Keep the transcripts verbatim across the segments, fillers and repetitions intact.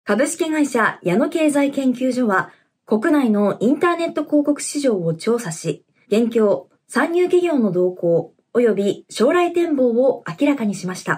株式会社矢野経済研究所は国内のインターネット広告市場を調査し、現況、参入企業の動向及び将来展望を明らかにしました。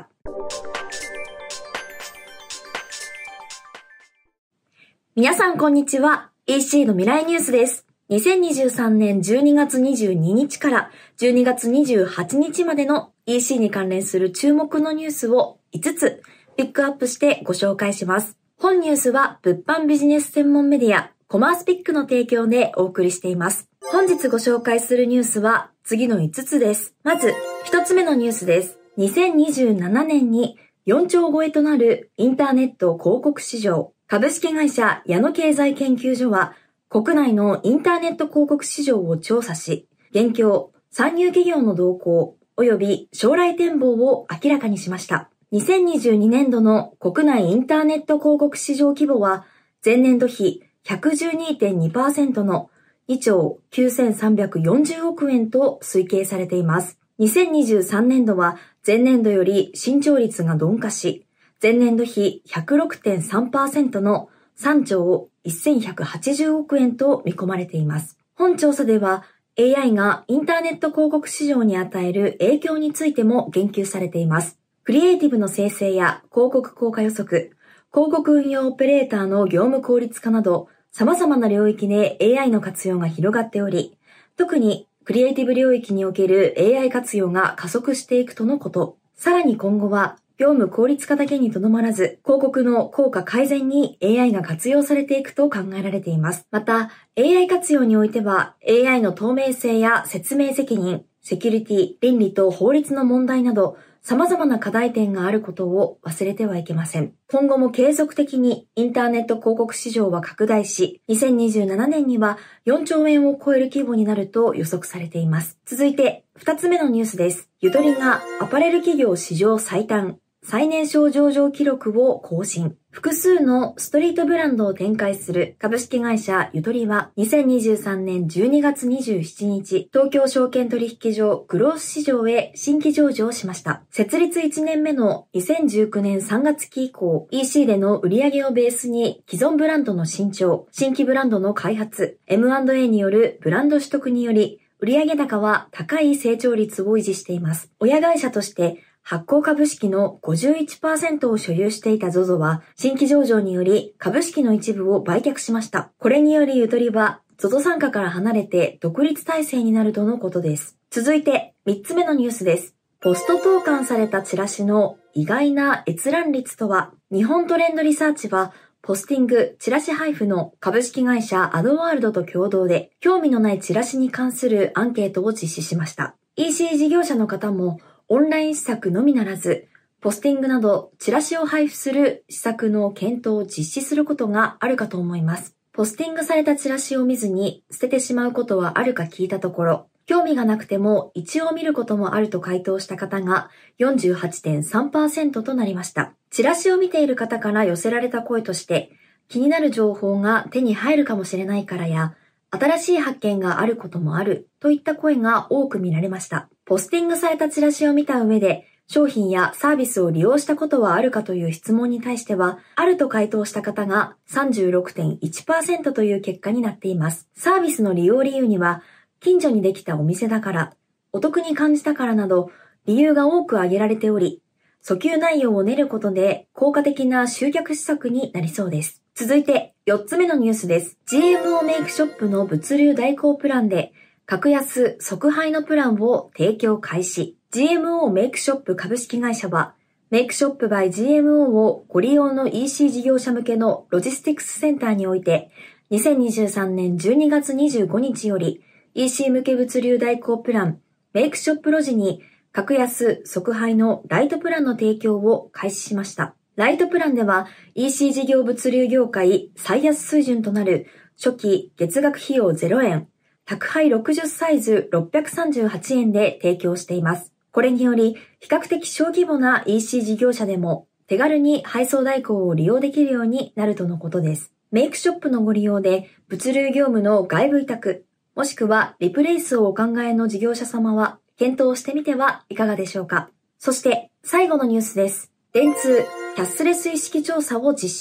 皆さんこんにちは。イーシー の未来ニュースです。にせんにじゅうさんねんじゅうにがつにじゅうににちからじゅうにがつにじゅうはちにちまでの イーシー に関連する注目のニュースをいつつピックアップしてご紹介します。本ニュースは物販ビジネス専門メディアコマースピックの提供でお送りしています。本日ご紹介するニュースは次のいつつです。まずひとつめのニュースです。にせんにじゅうななねんによんちょう超えとなるインターネット広告市場。株式会社矢野経済研究所は国内のインターネット広告市場を調査し、現況、参入企業の動向及び将来展望を明らかにしました。にせんにじゅうにねんどの国内インターネット広告市場規模は前年度比 ひゃくじゅうにてんにパーセント のにちょうきゅうせんさんびゃくよんじゅうおくえんと推計されています。にせんにじゅうさんねんどは前年度より伸長率が鈍化し、前年度比 ひゃくろくてんさんパーセント のさんちょうせんひゃくはちじゅうおくえんと見込まれています。本調査では エーアイ がインターネット広告市場に与える影響についても言及されています。クリエイティブの生成や広告効果予測、広告運用オペレーターの業務効率化など様々な領域で エーアイ の活用が広がっており、特にクリエイティブ領域における エーアイ 活用が加速していくとのこと。さらに今後は業務効率化だけにとどまらず、広告の効果改善に エーアイ が活用されていくと考えられています。また、エーアイ 活用においては、エーアイ の透明性や説明責任、セキュリティ、倫理と法律の問題など、様々な課題点があることを忘れてはいけません。今後も継続的にインターネット広告市場は拡大し、にせんにじゅうななねんにはよんちょうえんを超える規模になると予測されています。続いて、ふたつめのニュースです。ゆとりがアパレル企業史上最短。最年少上場記録を更新。複数のストリートブランドを展開する株式会社ゆとりはにせんにじゅうさんねんじゅうにがつにじゅうしちにち東京証券取引所グロース市場へ新規上場しました。設立いちねんめのにせんじゅうきゅうねんさんがつき以降 イーシー での売上をベースに既存ブランドの新調、新規ブランドの開発、エムアンドエー によるブランド取得により売上高は高い成長率を維持しています。親会社として発行株式の ごじゅういちパーセント を所有していた ゾゾ は新規上場により株式の一部を売却しました。これによりゆとりは ゾゾ 傘下から離れて独立体制になるとのことです。続いてみっつめのニュースです。ポスト投函されたチラシの意外な閲覧率とは。日本トレンドリサーチはポスティング、チラシ配布の株式会社アドワールドと共同で興味のないチラシに関するアンケートを実施しました。イーシー 事業者の方もオンライン施策のみならず、ポスティングなどチラシを配布する施策の検討を実施することがあるかと思います。ポスティングされたチラシを見ずに捨ててしまうことはあるか聞いたところ、興味がなくても一応見ることもあると回答した方が よんじゅうはちてんさんパーセント となりました。チラシを見ている方から寄せられた声として、気になる情報が手に入るかもしれないからや、新しい発見があることもあるといった声が多く見られました。ポスティングされたチラシを見た上で、商品やサービスを利用したことはあるかという質問に対しては、あると回答した方が さんじゅうろくてんいちパーセント という結果になっています。サービスの利用理由には、近所にできたお店だから、お得に感じたからなど、理由が多く挙げられており、訴求内容を練ることで効果的な集客施策になりそうです。続いてよっつめのニュースです。ジーエムオー メイクショップの物流代行プランで格安即配のプランを提供開始。ジーエムオー メイクショップ株式会社はメイクショップ by ジーエムオー をご利用の イーシー 事業者向けのロジスティクスセンターにおいてにせんにじゅうさんねんじゅうにがつにじゅうごにちより イーシー 向け物流代行プランメイクショップロジに格安即配のライトプランの提供を開始しました。ライトプランでは イーシー 事業物流業界最安水準となる初期月額費用ゼロえん、宅配ろくじゅうサイズろっぴゃくさんじゅうはちえんで提供しています。これにより比較的小規模な イーシー 事業者でも手軽に配送代行を利用できるようになるとのことです。メイクショップのご利用で物流業務の外部委託、もしくはリプレイスをお考えの事業者様は検討してみてはいかがでしょうか。そして最後のニュースです。電通キャッシュレス意識調査を実施。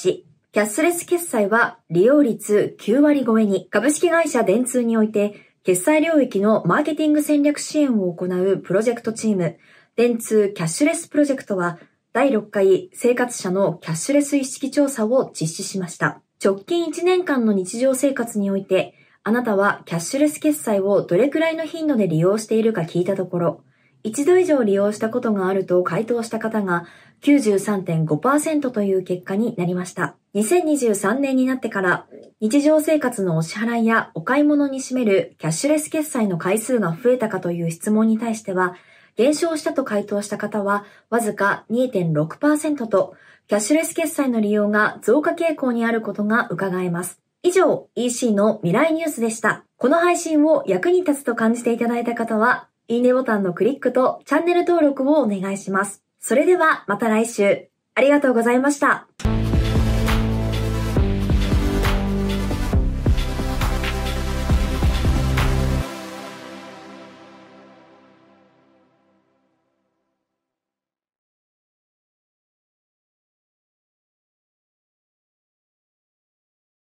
キャッシュレス決済は利用率きゅうわり超えに。株式会社電通において、決済領域のマーケティング戦略支援を行うプロジェクトチーム、電通キャッシュレスプロジェクトは、だいろっかい生活者のキャッシュレス意識調査を実施しました。直近いちねんかんの日常生活において、あなたはキャッシュレス決済をどれくらいの頻度で利用しているか聞いたところ、一度以上利用したことがあると回答した方が きゅうじゅうさんてんごパーセント という結果になりました。にせんにじゅうさんねんになってから日常生活のお支払いやお買い物に占めるキャッシュレス決済の回数が増えたかという質問に対しては、減少したと回答した方はわずか にてんろくパーセント と、キャッシュレス決済の利用が増加傾向にあることが伺えます。以上、イーシー の未来ニュースでした。この配信を役に立つと感じていただいた方は、いいねボタンのクリックとチャンネル登録をお願いします。それではまた来週。ありがとうございました。